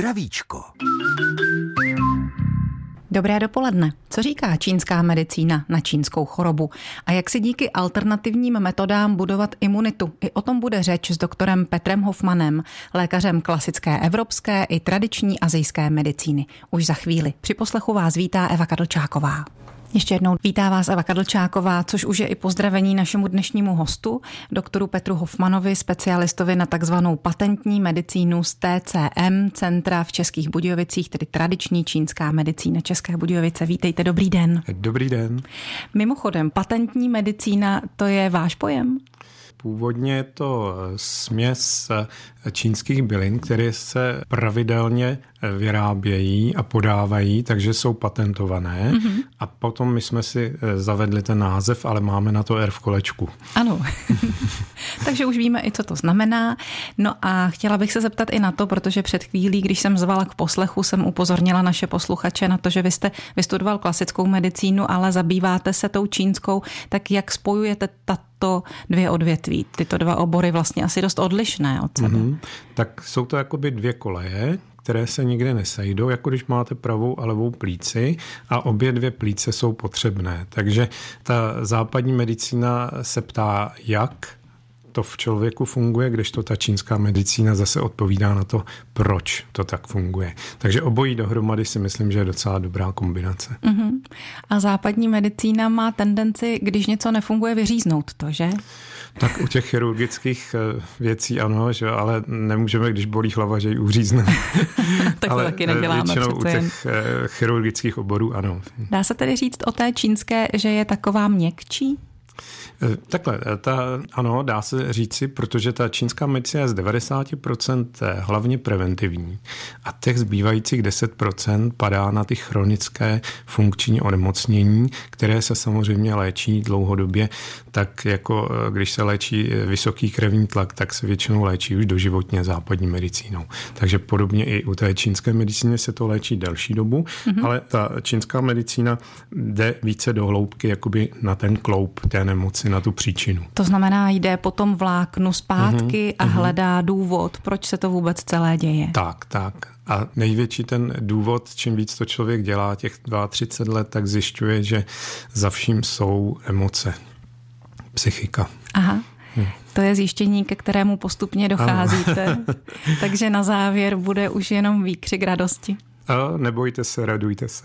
Zdravíčko. Dobré dopoledne. Co říká čínská medicína na čínskou chorobu? A jak si díky alternativním metodám budovat imunitu? I o tom bude řeč s doktorem Petrem Hofmanem, lékařem klasické evropské i tradiční asijské medicíny. Už za chvíli. Při poslechu vás vítá Eva Kadlčáková. Ještě jednou vítá vás Eva Kadlčáková, což už je i pozdravení našemu dnešnímu hostu, doktoru Petru Hofmanovi, specialistovi na takzvanou patentní medicínu z TCM, centra v Českých Budějovicích, tedy tradiční čínská medicína České Budějovice. Vítejte, dobrý den. Dobrý den. Mimochodem, patentní medicína, to je váš pojem? Původně je to směs čínských bylin, které se pravidelně vyrábějí a podávají, takže jsou patentované. Mm-hmm. A potom my jsme si zavedli ten název, ale máme na to R v kolečku. Ano. Takže už víme i, co to znamená. No a chtěla bych se zeptat i na to, protože před chvílí, když jsem zvala k poslechu, jsem upozornila naše posluchače na to, že vy jste vystudoval klasickou medicínu, ale zabýváte se tou čínskou. Tak jak spojujete tato dvě odvětví? Tyto dva obory vlastně asi dost odlišné od sebe. Mm-hmm. Tak jsou to jakoby dvě koleje, které se nikdy nesejdou, jako když máte pravou a levou plíci a obě dvě plíce jsou potřebné. Takže ta západní medicína se ptá, jak to v člověku funguje, kdežto ta čínská medicína zase odpovídá na to, proč to tak funguje. Takže obojí dohromady si myslím, že je docela dobrá kombinace. Uh-huh. A západní medicína má tendenci, když něco nefunguje, vyříznout to, že? Tak u těch chirurgických věcí ano, že, ale nemůžeme, když bolí hlava, že ji uřízneme. Tak to taky neděláme. Většinou u těch chirurgických oborů ano. Dá se tedy říct o té čínské, že je taková měkčí? Takhle, ano, dá se říci, protože ta čínská medicína je z 90% hlavně preventivní a těch zbývajících 10% padá na ty chronické funkční onemocnění, které se samozřejmě léčí dlouhodobě, tak jako když se léčí vysoký krevní tlak, tak se většinou léčí už doživotně západní medicínou. Takže podobně i u té čínské medicíny se to léčí delší dobu, ale ta čínská medicína jde více do hloubky jakoby na ten kloup té nemoci, na tu příčinu. To znamená, jde po tom vláknu zpátky a hledá důvod, proč se to vůbec celé děje. Tak. A největší ten důvod, čím víc to člověk dělá, těch 32 let, tak zjišťuje, že za vším jsou emoce, psychika. Aha. To je zjištění, ke kterému postupně docházíte. Takže na závěr bude už jenom výkřik radosti. Nebojte se, radujte se.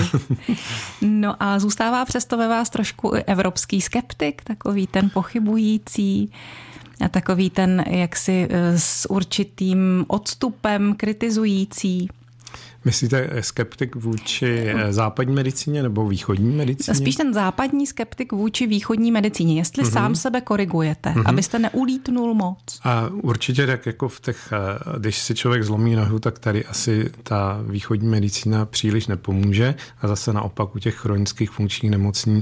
No a zůstává přesto ve vás trošku evropský skeptik, takový ten pochybující a takový ten jaksi s určitým odstupem kritizující. Myslíte skeptik vůči západní medicíně nebo východní medicíně? Spíš ten západní skeptik vůči východní medicíně. Jestli sám sebe korigujete, abyste neulítnul moc. A určitě tak jako v těch, když si člověk zlomí nohu, tak tady asi ta východní medicína příliš nepomůže a zase naopak u těch chronických funkčních nemocní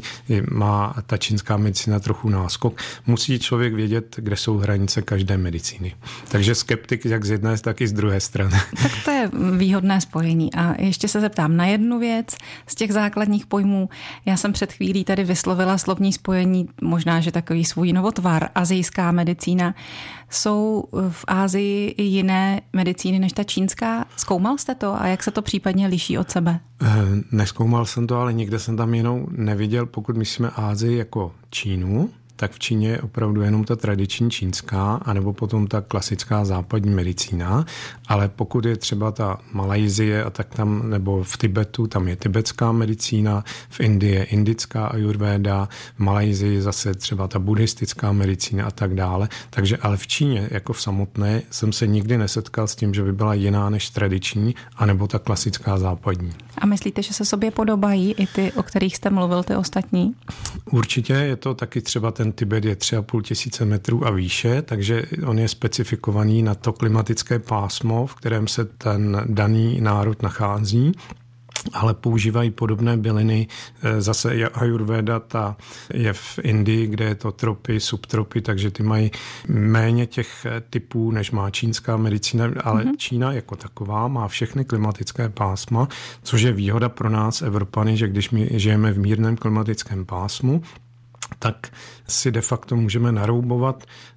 má ta čínská medicína trochu náskok. Musí člověk vědět, kde jsou hranice každé medicíny. Takže skeptik jak z jedné, tak i z druhé strany. Tak to je výhodné spojení. A ještě se zeptám na jednu věc z těch základních pojmů. Já jsem před chvílí tady vyslovila slovní spojení, možná, že takový svůj novotvar, asijská medicína. Jsou v Asii i jiné medicíny než ta čínská? Zkoumal jste to a jak se to případně liší od sebe? Nezkoumal jsem to, ale nikde jsem tam jinou neviděl, pokud myslíme Asii jako Čínu, tak v Číně je opravdu jenom ta tradiční čínská, anebo potom ta klasická západní medicína, ale pokud je třeba ta Malajsie a tak tam, nebo v Tibetu, tam je tibetská medicína, v Indii je indická ajurvéda, v Malajsii zase třeba ta buddhistická medicína a tak dále. Takže ale v Číně, jako v samotné, jsem se nikdy nesetkal s tím, že by byla jiná než tradiční, anebo ta klasická západní. A myslíte, že se sobě podobají i ty, o kterých jste mluvil, ty ostatní? Určitě je to taky třeba ten Tibet je 3,5 tisíce metrů a výše, takže on je specifikovaný na to klimatické pásmo, v kterém se ten daný národ nachází. Ale používají podobné byliny. Zase ajurvéda ta je v Indii, kde je to tropy, subtropy, takže ty mají méně těch typů, než má čínská medicína, ale Čína jako taková má všechny klimatické pásma, což je výhoda pro nás, Evropany, že když my žijeme v mírném klimatickém pásmu, tak si de facto můžeme naroubovat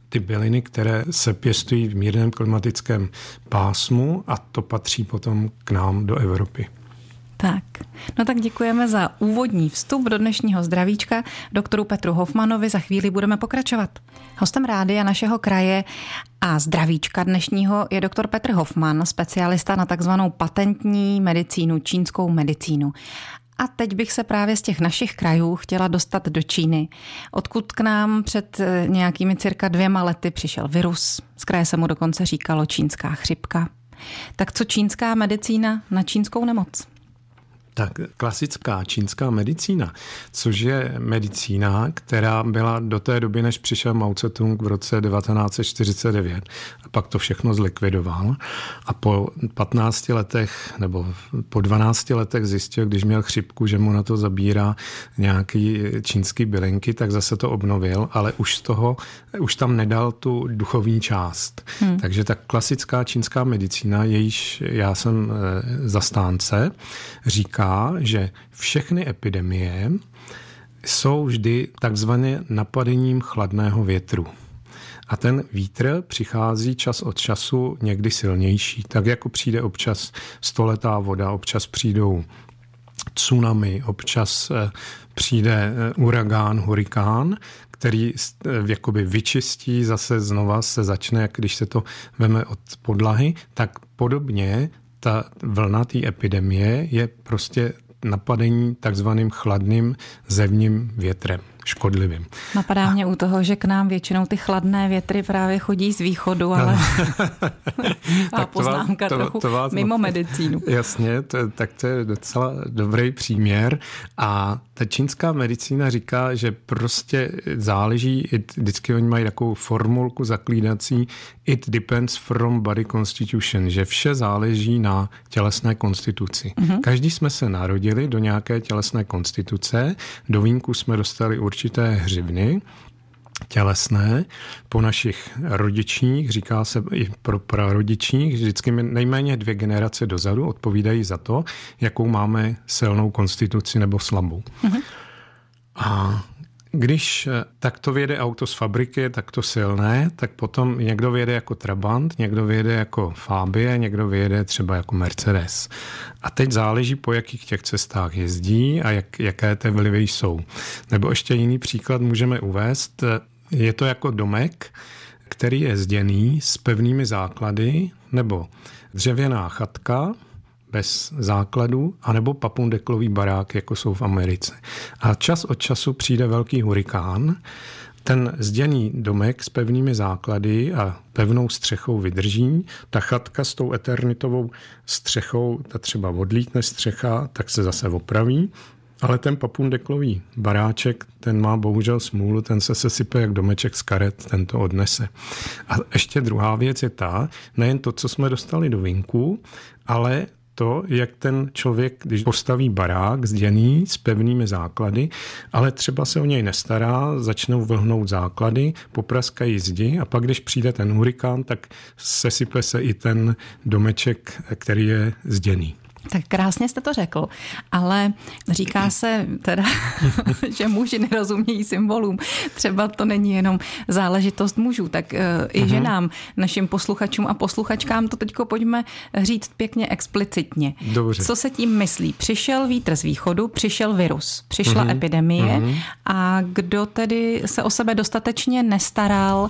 ty byliny, které se pěstují v mírném klimatickém pásmu a to patří potom k nám do Evropy. Tak, no tak děkujeme za úvodní vstup do dnešního zdravíčka doktoru Petru Hofmanovi. Za chvíli budeme pokračovat. Hostem rádia našeho kraje a zdravíčka dnešního je doktor Petr Hofman, specialista na takzvanou patentní medicínu, čínskou medicínu. A teď bych se právě z těch našich krajů chtěla dostat do Číny, odkud k nám před nějakými cirka 2 lety přišel virus, z kraje se mu dokonce říkalo čínská chřipka. Tak co čínská medicína na čínskou nemoc? Tak klasická čínská medicína, což je medicína, která byla do té doby, než přišel Mao Tse-tung v roce 1949 a pak to všechno zlikvidoval a po 15 letech nebo po 12 letech zjistil, když měl chřipku, že mu na to zabírá nějaký čínský bylinky, tak zase to obnovil, ale už tam nedal tu duchovní část. Takže ta klasická čínská medicína, jejíž já jsem zastánce, říká, že všechny epidemie jsou vždy takzvaně napadením chladného větru. A ten vítr přichází čas od času někdy silnější. Tak jako přijde občas stoletá voda, občas přijdou tsunami, občas přijde uragán, hurikán, který jakoby vyčistí, zase znova se začne, jak když se to veme od podlahy, tak podobně ta vlna té epidemie je prostě napadení takzvaným chladným zemním větrem, škodlivým. Napadá mě u toho, že k nám většinou ty chladné větry právě chodí z východu, ale a poznámka trochu mimo medicínu. Jasně, tak to je docela dobrý příměr a ta čínská medicína říká, že prostě záleží, vždycky oni mají takovou formulku zaklínací, it depends from body constitution, že vše záleží na tělesné konstituci. Každý jsme se narodili do nějaké tělesné konstituce, do vínku jsme dostali určité hřivny tělesné po našich rodičích, říká se i pro prarodičích, vždycky nejméně 2 generace dozadu odpovídají za to, jakou máme silnou konstituci nebo slabou. A když takto vyjede auto z fabriky, takto silné, tak potom někdo vyjede jako Trabant, někdo vyjede jako Fabie, někdo vyjede třeba jako Mercedes. A teď záleží, po jakých těch cestách jezdí a jaké ty vlivy jsou. Nebo ještě jiný příklad můžeme uvést. Je to jako domek, který je zděný s pevnými základy, nebo dřevěná chatka bez základu, anebo papundeklový barák, jako jsou v Americe. A čas od času přijde velký hurikán, ten zděný domek s pevnými základy a pevnou střechou vydrží, ta chatka s tou eternitovou střechou, ta třeba odlítne střecha, tak se zase opraví, ale ten papundeklový baráček, ten má bohužel smůlu, ten se sesype jak domeček z karet, ten to odnese. A ještě druhá věc je ta, nejen to, co jsme dostali do vínku, ale to, jak ten člověk, když postaví barák zděný s pevnými základy, ale třeba se o něj nestará, začnou vlhnout základy, popraskají zdi a pak, když přijde ten hurikán, tak sesype se i ten domeček, který je zděný. Tak krásně jste to řekl, ale říká se teda, že muži nerozumějí symbolům. Třeba to není jenom záležitost mužů, tak i ženám, našim posluchačům a posluchačkám to teďko pojďme říct pěkně explicitně. Dobře. Co se tím myslí? Přišel vítr z východu, přišel virus, přišla epidemie a kdo tedy se o sebe dostatečně nestaral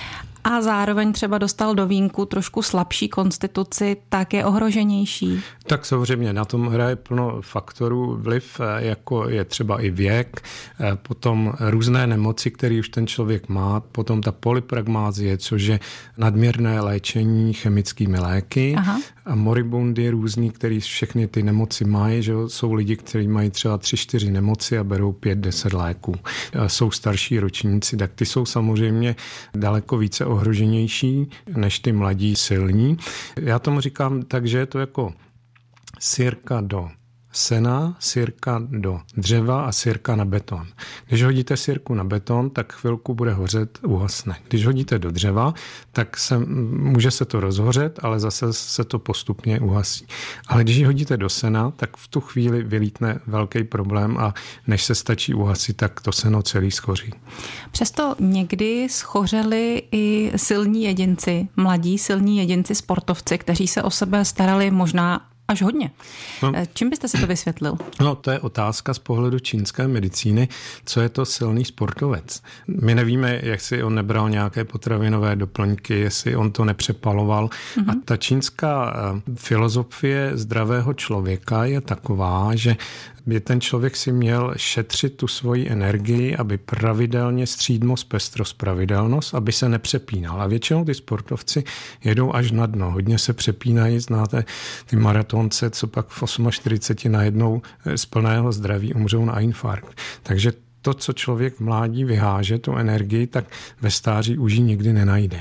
a zároveň třeba dostal do vínku trošku slabší konstituci, tak je ohroženější? Tak samozřejmě na tom hraje plno faktorů vliv, jako je třeba i věk, potom různé nemoci, které už ten člověk má, potom ta polypragmázie, což je nadměrné léčení chemickými léky. A moribundy různý, který všechny ty nemoci mají, že jsou lidi, kteří mají třeba 3-4 nemoci a berou 5-10 léků. Jsou starší ročníci, tak ty jsou samozřejmě daleko více ohroženější než ty mladí silní. Já tomu říkám tak, že je to jako sirka do sena, sirka do dřeva a sirka na beton. Když hodíte sirku na beton, tak chvilku bude hořet, uhasne. Když hodíte do dřeva, tak může se to rozhořet, ale zase se to postupně uhasí. Ale když ji hodíte do sena, tak v tu chvíli vylítne velký problém a než se stačí uhasit, tak to seno celý schoří. Přesto někdy schořeli i silní jedinci, mladí silní jedinci, sportovci, kteří se o sebe starali možná až hodně. No, čím byste si to vysvětlil? No, to je otázka z pohledu čínské medicíny, co je to silný sportovec. My nevíme, jestli on nebral nějaké potravinové doplňky, jestli on to nepřepaloval. A ta čínská filozofie zdravého člověka je taková, že by ten člověk si měl šetřit tu svoji energii, aby pravidelně střídmost, pestrost, pravidelnost, aby se nepřepínal. A většinou ty sportovci jedou až na dno. Hodně se přepínají, znáte ty maratonce, co pak v 48 najednou z plného zdraví umřou na infarkt. Takže to, co člověk v mládí vyháže, tu energii, tak ve stáří už ji nikdy nenajde.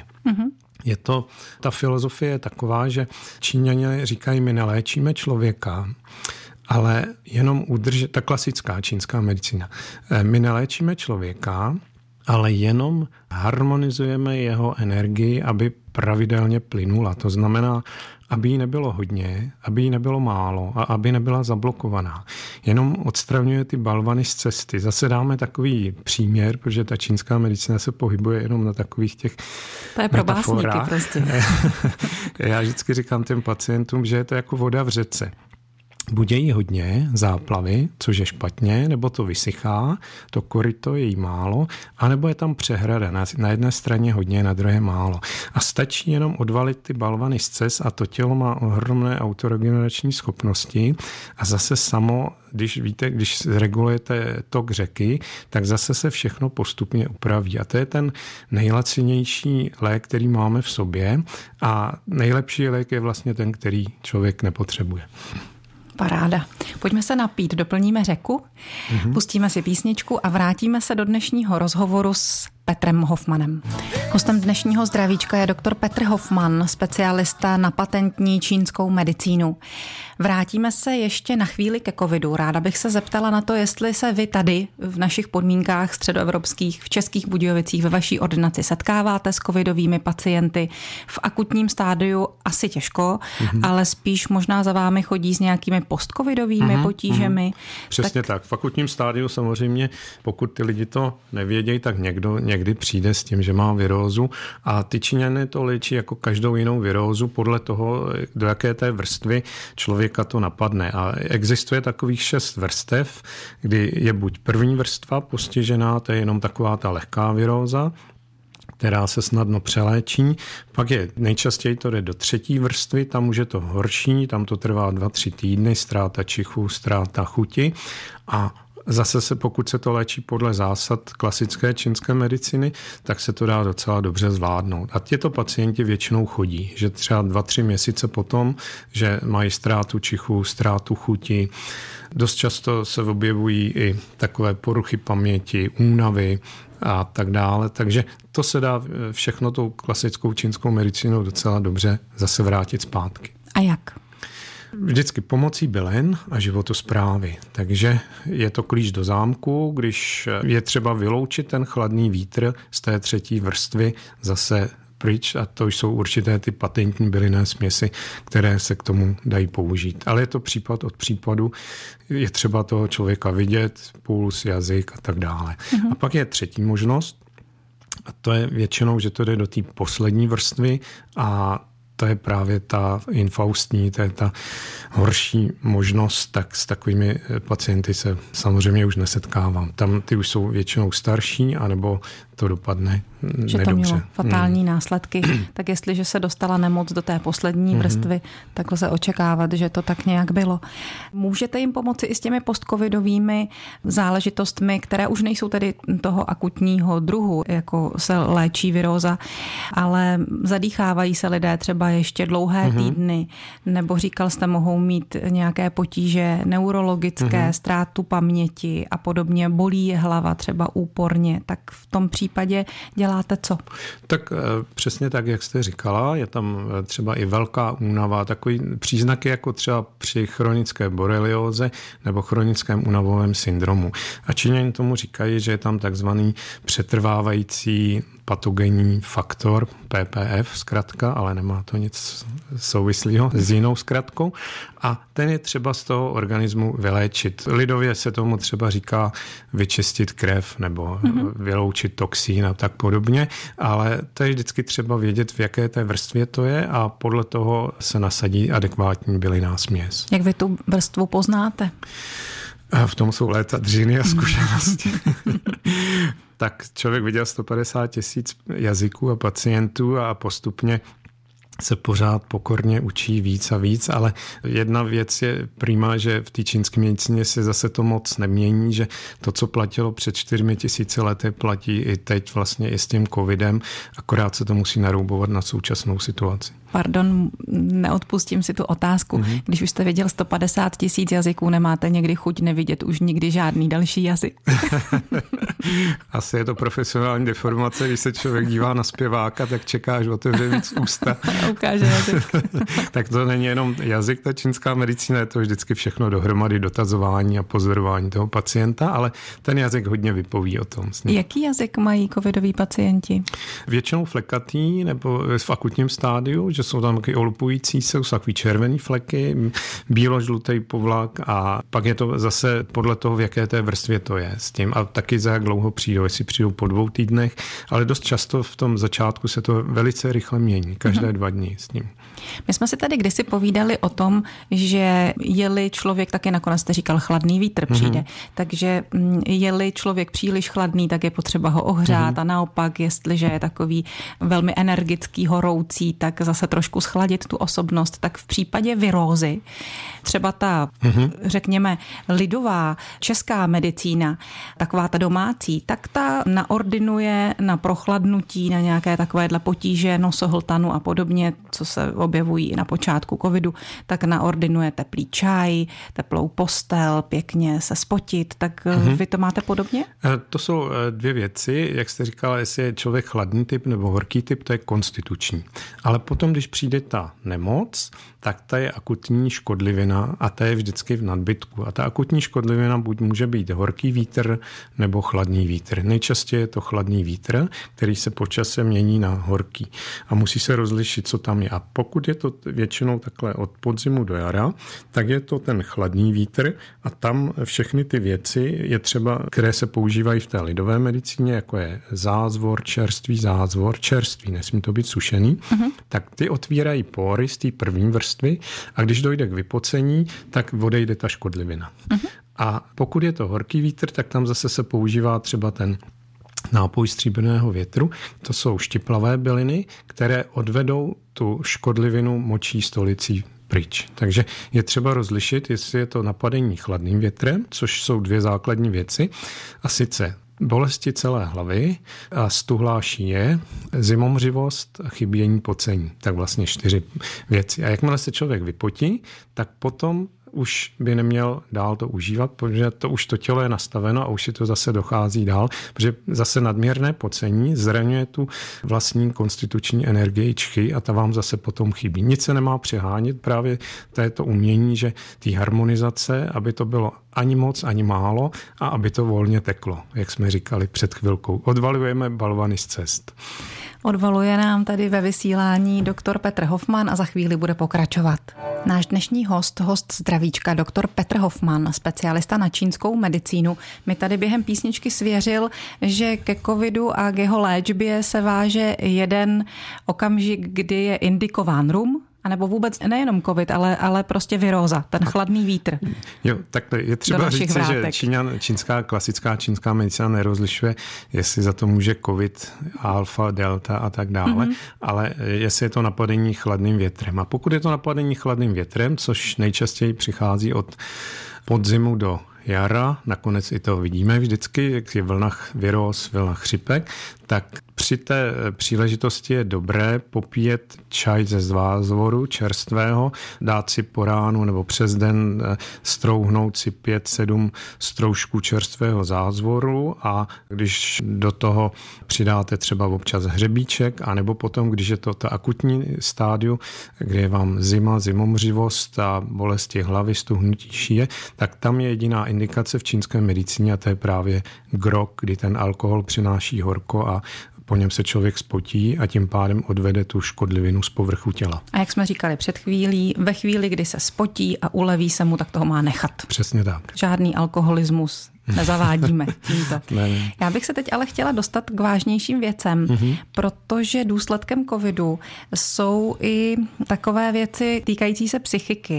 Ta filozofie je taková, že Číňané říkají, my neléčíme člověka, ale jenom ta klasická čínská medicína. My neléčíme člověka, ale jenom harmonizujeme jeho energii, aby pravidelně plynula. To znamená, aby jí nebylo hodně, aby jí nebylo málo a aby nebyla zablokovaná. Jenom odstraňuje ty balvany z cesty. Zase dáme takový příměr, protože ta čínská medicína se pohybuje jenom na takových těch to je pro básníky prostě. Já vždycky říkám těm pacientům, že je to jako voda v řece. Buď je jí hodně záplavy, což je špatně, nebo to vysychá, to koryto je jí málo, anebo je tam přehrada. Na jedné straně hodně, na druhé málo. A stačí jenom odvalit ty balvany z cest a to tělo má ohromné autoregenerační schopnosti a zase samo, když regulujete tok řeky, tak zase se všechno postupně upraví. A to je ten nejlacinější lék, který máme v sobě a nejlepší lék je vlastně ten, který člověk nepotřebuje. Paráda. Pojďme se napít, doplníme řeku, pustíme si písničku a vrátíme se do dnešního rozhovoru s Petrem Hofmanem. Hostem dnešního zdravíčka je doktor Petr Hofman, specialista na patentní čínskou medicínu. Vrátíme se ještě na chvíli ke covidu. Ráda bych se zeptala na to, jestli se vy tady v našich podmínkách středoevropských, v Českých Budějovicích ve vaší ordinaci setkáváte s covidovými pacienty. V akutním stádiu asi těžko, ale spíš možná za vámi chodí s nějakými postcovidovými potížemi. Přesně tak. V akutním stádiu samozřejmě, pokud ty lidi to nevědějí, tak někdy přijde s tím, že má virózu a ty Číňané to léčí jako každou jinou virózu podle toho, do jaké té vrstvy člověka to napadne. A existuje takových 6 vrstev, kdy je buď první vrstva postižená, to je jenom taková ta lehká viróza, která se snadno přeléčí. Pak je nejčastěji to jde do 3. vrstvy, tam už je to horší, tam to trvá 2-3 týdny, ztráta čichu, ztráta chuti a zase pokud se to léčí podle zásad klasické čínské medicíny, tak se to dá docela dobře zvládnout. A těto pacienti většinou chodí, že třeba 2-3 měsíce potom, že mají ztrátu čichu, ztrátu chuti. Dost často se objevují i takové poruchy paměti, únavy a tak dále. Takže to se dá všechno tou klasickou čínskou medicínou docela dobře zase vrátit zpátky. A jak? Vždycky pomocí bylin a životosprávy. Takže je to klíč do zámku, když je třeba vyloučit ten chladný vítr z té 3. vrstvy zase pryč a to jsou určité ty patentní bylinné směsi, které se k tomu dají použít. Ale je to případ od případu, je třeba toho člověka vidět, puls, jazyk a tak dále. A pak je 3. možnost a to je většinou, že to jde do té poslední vrstvy a to je právě ta infaustní, to je ta horší možnost, tak s takovými pacienty se samozřejmě už nesetkávám. Tam ty už jsou většinou starší, anebo to dopadne že nedobře. To mělo fatální následky. Tak jestliže se dostala nemoc do té poslední vrstvy, tak lze očekávat, že to tak nějak bylo. Můžete jim pomoci i s těmi postcovidovými záležitostmi, které už nejsou tedy toho akutního druhu, jako se léčí viróza, ale zadýchávají se lidé třeba ještě dlouhé týdny, nebo říkal jste, mohou mít nějaké potíže neurologické, ztrátu paměti a podobně, bolí je hlava třeba úporně, tak v tom případě případě děláte co? Tak přesně tak, jak jste říkala, je tam třeba i velká únava, takový příznaky jako třeba při chronické borelióze nebo chronickém únavovém syndromu. A Číňani tomu říkají, že je tam takzvaný přetrvávající patogenní faktor, PPF zkratka, ale nemá to nic souvislého s jinou zkratkou. A ten je třeba z toho organismu vyléčit. Lidově se tomu třeba říká vyčistit krev nebo vyloučit toxín a tak podobně, ale to je vždycky třeba vědět, v jaké té vrstvě to je a podle toho se nasadí adekvátní bylinná směs. Jak vy tu vrstvu poznáte? A v tom jsou léta dřiny a zkušenosti. Tak člověk viděl 150 000 jazyků a pacientů a postupně se pořád pokorně učí víc a víc, ale jedna věc je prima, že v té čínské medicíně se zase to moc nemění, že to, co platilo před 4000 lety, platí i teď vlastně i s tím covidem, akorát se to musí naroubovat na současnou situaci. Pardon, neodpustím si tu otázku. Když už jste viděl 150 000 jazyků, nemáte někdy chuť nevidět už nikdy žádný další jazyk? Asi je to profesionální deformace, když se člověk dívá na zpěváka, tak čeká, že otevře víc ústa. Ukáže jazyk. Tak to není jenom jazyk, ta čínská medicína, je to vždycky všechno dohromady, dotazování a pozorování toho pacienta, ale ten jazyk hodně vypoví o tom. Jaký jazyk mají covidoví pacienti? Většinou flekatý nebo v akutním stádiu, že jsou tam taky olupující se, jsou takový červený fleky, bílo-žlutý povlak a pak je to zase podle toho, v jaké té vrstvě to je s tím a taky za jak dlouho přijdou, jestli přijdou po 2 týdnech, ale dost často v tom začátku se to velice rychle mění, každé 2 dny s tím. My jsme si tady kdysi povídali o tom, že je-li člověk, taky nakonec jste říkal, chladný vítr přijde, takže je-li člověk příliš chladný, tak je potřeba ho ohřát a naopak, jestliže je takový velmi energický, horoucí, tak zase trošku schladit tu osobnost. Tak v případě virózy, třeba ta, řekněme, lidová česká medicína, taková ta domácí, tak ta naordinuje na prochladnutí, na nějaké takovéhle potíže, nosohltanu a podobně, co se objevují i na počátku covidu, tak naordinuje teplý čaj, teplou postel, pěkně se spotit. Tak vy to máte podobně? To jsou 2 věci. Jak jste říkala, jestli je člověk chladný typ nebo horký typ, to je konstituční. Ale potom, když přijde ta nemoc, tak ta je akutní škodlivina a ta je vždycky v nadbytku. A ta akutní škodlivina buď může být horký vítr nebo chladný vítr. Nejčastěji je to chladný vítr, který se po čase mění na horký. A musí se rozlišit, co tam je. A pokud je to většinou takhle od podzimu do jara, tak je to ten chladný vítr a tam všechny ty věci je třeba, které se používají v té lidové medicíně, jako je zázvor, čerstvý, nesmí to být sušený, tak ty otvírají pory z té první vrstvy a když dojde k vypocení, tak odejde ta škodlivina. A pokud je to horký vítr, tak tam zase se používá třeba ten nápoj stříbrného větru. To jsou štiplavé byliny, které odvedou tu škodlivinu močí stolicí pryč. Takže je třeba rozlišit, jestli je to napadení chladným větrem, což jsou 2 základní věci, a sice bolesti celé hlavy a stuhlá šíje, zimomřivost a chybění pocení. Tak vlastně 4 věci. A jakmile se člověk vypotí, tak potom už by neměl dál to užívat, protože to tělo je nastaveno a už si to zase dochází dál, protože zase nadměrné pocení zraňuje tu vlastní konstituční energii čchy a ta vám zase potom chybí. Nic se nemá přehánět, právě to je to umění, že ty harmonizace, aby to bylo ani moc, ani málo a aby to volně teklo, jak jsme říkali před chvilkou. Odvalujeme balvany z cest. Odvaluje nám tady ve vysílání doktor Petr Hofman a za chvíli bude pokračovat. Náš dnešní host zdravíčka, doktor Petr Hofman, specialista na čínskou medicínu, mi tady během písničky svěřil, že ke covidu a k jeho léčbě se váže jeden okamžik, kdy je indikován rum, anebo vůbec nejenom covid, ale prostě viróza, ten chladný vítr. Jo, takhle je třeba říct, že klasická čínská medicína nerozlišuje, jestli za to může covid, alfa, delta a tak dále, ale jestli je to napadení chladným větrem. A pokud je to napadení chladným větrem, což nejčastěji přichází od podzimu do jara, nakonec i to vidíme vždycky, jak je vlna viróz, vlna chřipek, tak při té příležitosti je dobré popíjet čaj ze zázvoru čerstvého, dát si po ránu nebo přes den strouhnout si 5-7 stroužků čerstvého zázvoru a když do toho přidáte třeba občas hřebíček, anebo potom, když je to ta akutní stádium, kdy je vám zima, zimomřivost a bolesti hlavy, stuhnutí šíje, tak tam je jediná indikace v čínské medicíně a to je právě grog, kdy ten alkohol přináší horko a po něm se člověk spotí a tím pádem odvede tu škodlivinu z povrchu těla. A jak jsme říkali před chvílí, ve chvíli, kdy se spotí a uleví se mu, tak toho má nechat. Přesně tak. Žádný alkoholismus nezavádíme tímto. Ne. Já bych se teď ale chtěla dostat k vážnějším věcem, protože důsledkem covidu jsou i takové věci týkající se psychiky.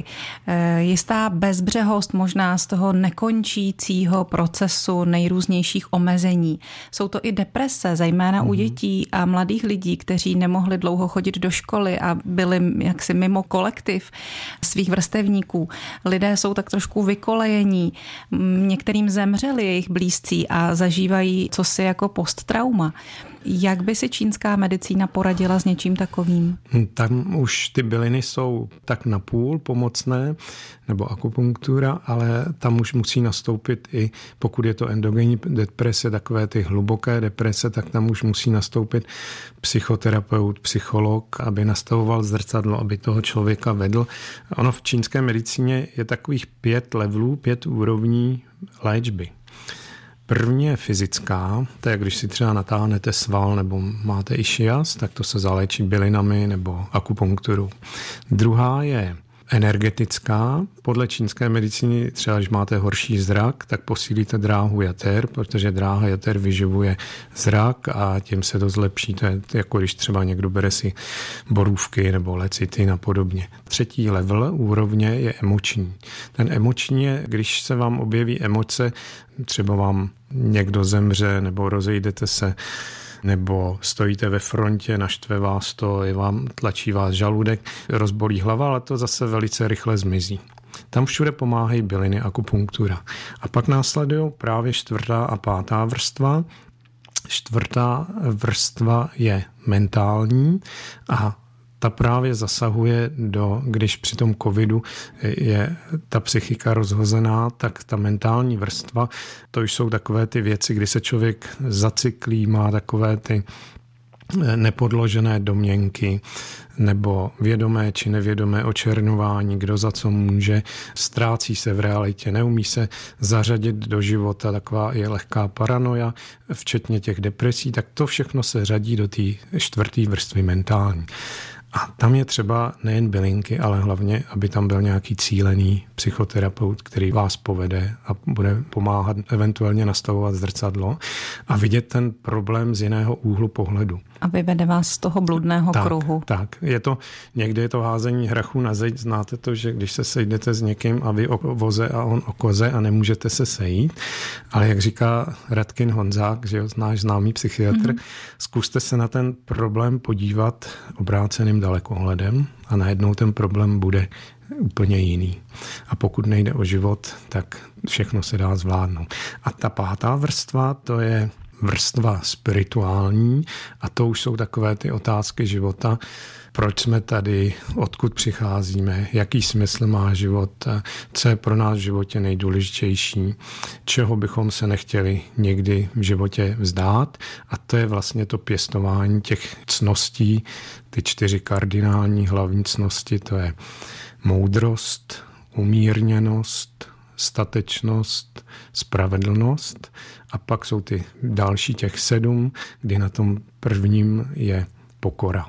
Jistá bezbřehost možná z toho nekončícího procesu nejrůznějších omezení. Jsou to i deprese, zejména u dětí a mladých lidí, kteří nemohli dlouho chodit do školy a byli jaksi mimo kolektiv svých vrstevníků. Lidé jsou tak trošku vykolejení, některým zemřeli jejich blízcí a zažívají cosi jako posttrauma. Jak by si čínská medicína poradila s něčím takovým? Tam už ty byliny jsou tak napůl pomocné, nebo akupunktura, ale tam už musí nastoupit i, pokud je to endogenní deprese, takové ty hluboké deprese, tak tam už musí nastoupit psychoterapeut, psycholog, aby nastavoval zrcadlo, aby toho člověka vedl. Ono v čínské medicíně je takových 5 levelů, 5 úrovní léčby. První je fyzická, to je, když si třeba natáhnete sval nebo máte ischias, tak to se zaléčí bylinami nebo akupunkturou. Druhá je energetická. Podle čínské medicíny třeba, když máte horší zrak, tak posílíte dráhu jater, protože dráha jater vyživuje zrak a tím se to zlepší. To je jako když třeba někdo bere si borůvky nebo lecitin a podobně. Třetí level úrovně je emoční. Ten emoční je, když se vám objeví emoce, třeba vám někdo zemře nebo rozejdete se, nebo stojíte ve frontě, naštve vás to, tlačí vás žaludek, rozbolí hlava, ale to zase velice rychle zmizí. Tam všude pomáhají byliny, akupunktura. A pak následují právě 4. a 5. vrstva. 4. vrstva je mentální a ta právě zasahuje když při tom covidu je ta psychika rozhozená, tak ta mentální vrstva, to jsou takové ty věci, kdy se člověk zacyklí, má takové ty nepodložené domněnky nebo vědomé či nevědomé očerňování, kdo za co může, ztrácí se v realitě, neumí se zařadit do života, taková je lehká paranoja, včetně těch depresí, tak to všechno se řadí do té 4. vrstvy mentální. A tam je třeba nejen bylinky, ale hlavně, aby tam byl nějaký cílený psychoterapeut, který vás povede a bude pomáhat eventuálně nastavovat zrcadlo a vidět ten problém z jiného úhlu pohledu. A vyvede vás z toho bludného kruhu. Tak. Někdy je to házení hrachu na zeď. Znáte to, že když se sejdete s někým a vy o voze a on o koze a nemůžete se sejít. Ale jak říká Radkin Honzák, že náš známý psychiatr, zkuste se na ten problém podívat obráceným dalekohledem a najednou ten problém bude úplně jiný. A pokud nejde o život, tak všechno se dá zvládnout. A ta 5. vrstva, to je vrstva spirituální a to už jsou takové ty otázky života. Proč jsme tady, odkud přicházíme, jaký smysl má život, co je pro nás v životě nejdůležitější, čeho bychom se nechtěli někdy v životě vzdát. A to je vlastně to pěstování těch cností, ty 4 kardinální hlavní cnosti, to je moudrost, umírněnost, statečnost, spravedlnost a pak jsou ty další těch 7, kdy na tom prvním je pokora.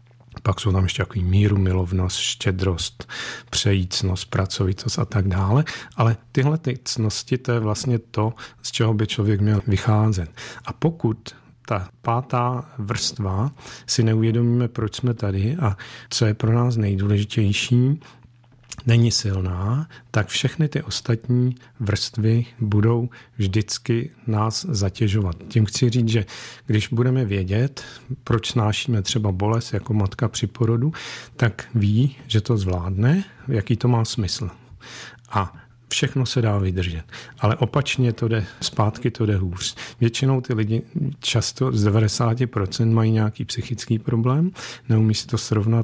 Pak jsou tam ještě takový míru, milovnost, štědrost, přejícnost, pracovitost a tak dále. Ale tyhle ty cnosti, to je vlastně to, z čeho by člověk měl vycházet. A pokud ta 5. vrstva si neuvědomíme, proč jsme tady a co je pro nás nejdůležitější, není silná, tak všechny ty ostatní vrstvy budou vždycky nás zatěžovat. Tím chci říct, že když budeme vědět, proč snášíme třeba bolest jako matka při porodu, tak ví, že to zvládne, jaký to má smysl. A všechno se dá vydržet. Ale opačně to jde, zpátky to jde hůř. Většinou ty lidi často z 90% mají nějaký psychický problém, neumí si to srovnat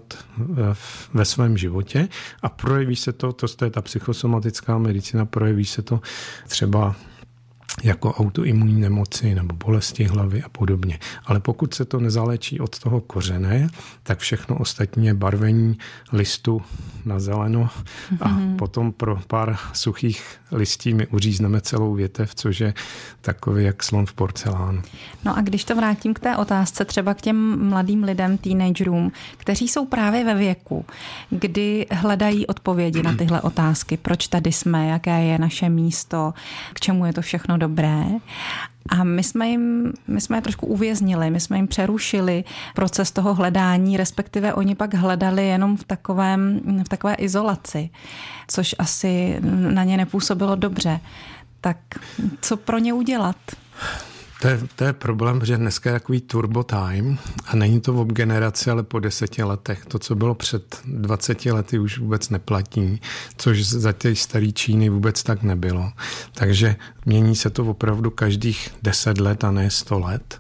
ve svém životě a projeví se to je ta psychosomatická medicína, projeví se to třeba jako autoimunní nemoci nebo bolesti hlavy a podobně. Ale pokud se to nezalečí od toho kořene, tak všechno ostatní je barvení listu na zeleno a potom pro pár suchých listí my uřízneme celou větev, což je takový jak slon v porcelánu. No a když to vrátím k té otázce, třeba k těm mladým lidem, teenagerům, kteří jsou právě ve věku, kdy hledají odpovědi na tyhle otázky. Proč tady jsme, jaké je naše místo, k čemu je to všechno dobré. A my jsme je trošku uvěznili, my jsme jim přerušili proces toho hledání, respektive oni pak hledali jenom v takové izolaci, což asi na ně nepůsobilo dobře. Tak co pro ně udělat? To je problém, protože dneska je takový turbo time a není to v generaci, ale po 10 letech. To, co bylo před 20 lety, už vůbec neplatí, což za těch starý Číny vůbec tak nebylo. Takže mění se to opravdu každých 10 let a ne 100 let.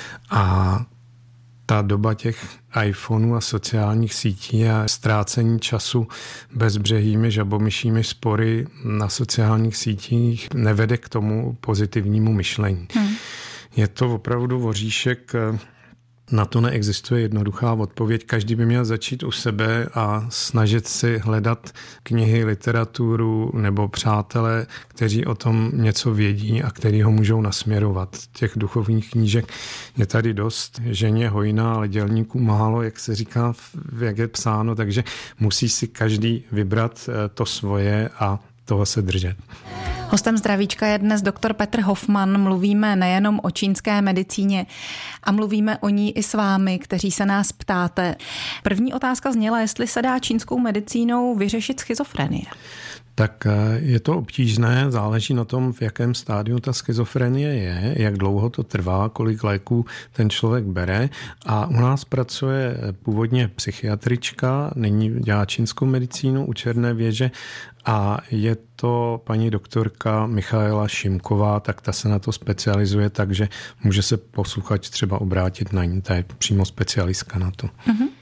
A ta doba těch iPhoneů a sociálních sítí a ztrácení času bezbřehými žabomyšími spory na sociálních sítích nevede k tomu pozitivnímu myšlení. Je to opravdu voříšek, na to neexistuje jednoduchá odpověď. Každý by měl začít u sebe a snažit si hledat knihy, literaturu nebo přátele, kteří o tom něco vědí a kteří ho můžou nasměrovat. Těch duchovních knížek je tady dost, ženě hojná, ale dělníků málo, jak se říká, jak je psáno, takže musí si každý vybrat to svoje a toho se držet. Hostem Zdravíčka je dnes doktor Petr Hofman. Mluvíme nejenom o čínské medicíně a mluvíme o ní i s vámi, kteří se nás ptáte. První otázka zněla, jestli se dá čínskou medicínou vyřešit schizofrenie. Tak je to obtížné, záleží na tom, v jakém stádiu ta schizofrenie je, jak dlouho to trvá, kolik léků ten člověk bere. A u nás pracuje původně psychiatrička, nyní dělá čínskou medicínu u Černé věže a je to paní doktorka Michaela Šimková, tak ta se na to specializuje, takže může se posluchač třeba obrátit na ní, ta je přímo specialistka na to.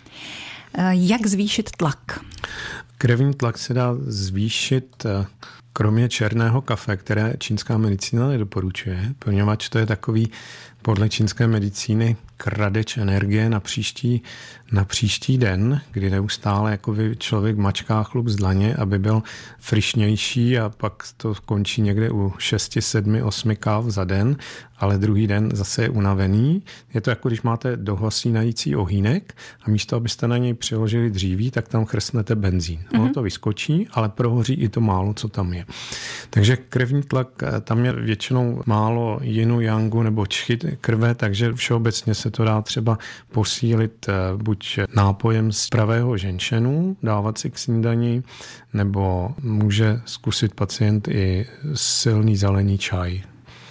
Jak zvýšit tlak? Krevní tlak se dá zvýšit kromě černého kafe, které čínská medicína nedoporučuje, poněvadž to je takový podle čínské medicíny kradeč energie na příští den, kdy neustále jako člověk mačká chlup z dlaně, aby byl frišnější a pak to končí někde u 6, 7, 8 káv za den, ale druhý den zase je unavený. Je to jako když máte dohasínající ohýnek a místo, abyste na něj přiložili dříví, tak tam chrstnete benzín. Ono to vyskočí, ale prohoří i to málo, co tam je. Takže krevní tlak, tam je většinou málo jinu, yangu nebo čchy krve, takže všeobecně se to dá třeba posílit buď nápojem z pravého ženšenu, dávat si k snídani, nebo může zkusit pacient i silný zelený čaj.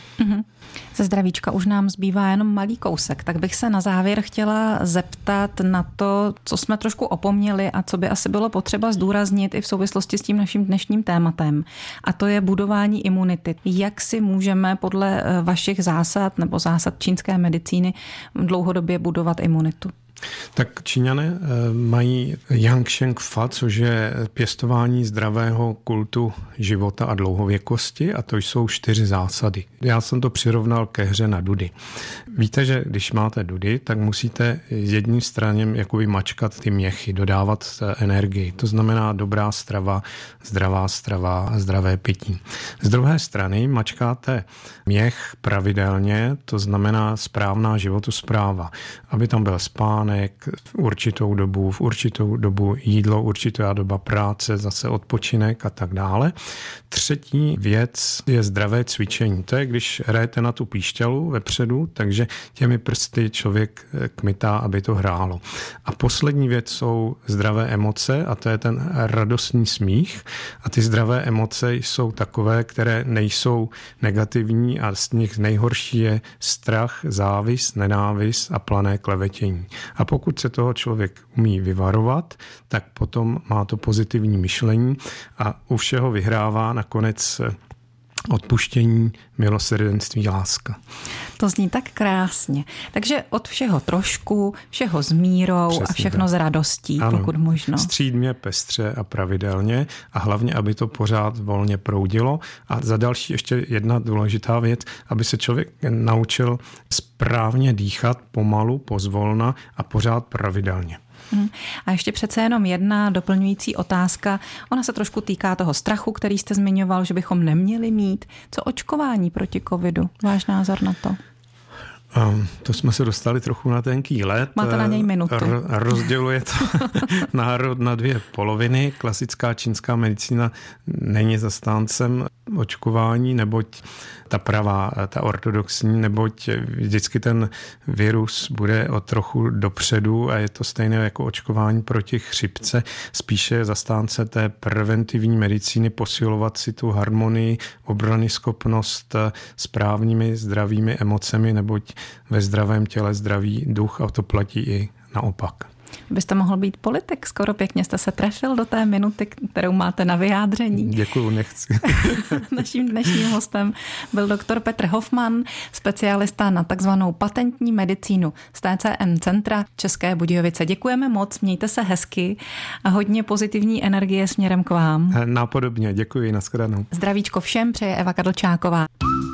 Ze Zdravíčka už nám zbývá jenom malý kousek, tak bych se na závěr chtěla zeptat na to, co jsme trošku opomněli a co by asi bylo potřeba zdůraznit i v souvislosti s tím naším dnešním tématem. A to je budování imunity. Jak si můžeme podle vašich zásad nebo zásad čínské medicíny dlouhodobě budovat imunitu? Tak Číňané mají Yang Sheng Fa, což je pěstování zdravého kultu života a dlouhověkosti a to jsou 4 zásady. Já jsem to přirovnal ke hře na dudy. Víte, že když máte dudy, tak musíte jedním straně jakoby mačkat ty měchy, dodávat energii. To znamená dobrá strava, zdravá strava a zdravé pití. Z druhé strany mačkáte měch pravidelně, to znamená správná životospráva, aby tam byl spánek, v určitou dobu jídlo, určitá doba práce, zase odpočinek a tak dále. Třetí věc je zdravé cvičení. To je, když hrajete na tu píšťalu vepředu, takže těmi prsty člověk kmitá, aby to hrálo. A poslední věc jsou zdravé emoce a to je ten radostný smích. A ty zdravé emoce jsou takové, které nejsou negativní a z nich nejhorší je strach, závist, nenávist a plané klevetění. A pokud se toho člověk umí vyvarovat, tak potom má to pozitivní myšlení a u všeho vyhrává nakonec odpuštění, milosrdenství, láska. To zní tak krásně. Takže od všeho trošku, všeho s mírou. Přesně a všechno tak. S radostí, ano, pokud možno. Střídmě, pestře a pravidelně a hlavně, aby to pořád volně proudilo. A za další ještě jedna důležitá věc, aby se člověk naučil správně dýchat pomalu, pozvolna a pořád pravidelně. A ještě přece jenom jedna doplňující otázka. Ona se trošku týká toho strachu, který jste zmiňoval, že bychom neměli mít. Co očkování proti covidu? Váš názor na to? To jsme se dostali trochu na tenký led. Máte na něj minutu. Rozděluje to národ na dvě poloviny. Klasická čínská medicína není zastáncem očkování, neboť ta pravá, ta ortodoxní, neboť vždycky ten virus bude o trochu dopředu a je to stejné jako očkování proti chřipce. Spíše zastánce té preventivní medicíny posilovat si tu harmonii, obranyschopnost správnými zdravými emocemi, neboť ve zdravém těle zdravý duch a to platí i naopak. Byste mohl být politik, skoro pěkně jste se trefil do té minuty, kterou máte na vyjádření. Děkuju, nechci. Naším dnešním hostem byl doktor Petr Hofman, specialista na takzvanou patentní medicínu z TCM Centra České Budějovice. Děkujeme moc, mějte se hezky a hodně pozitivní energie směrem k vám. Napodobně, děkuji, nashledanou. Zdravíčko všem přeje Eva Kadlčáková.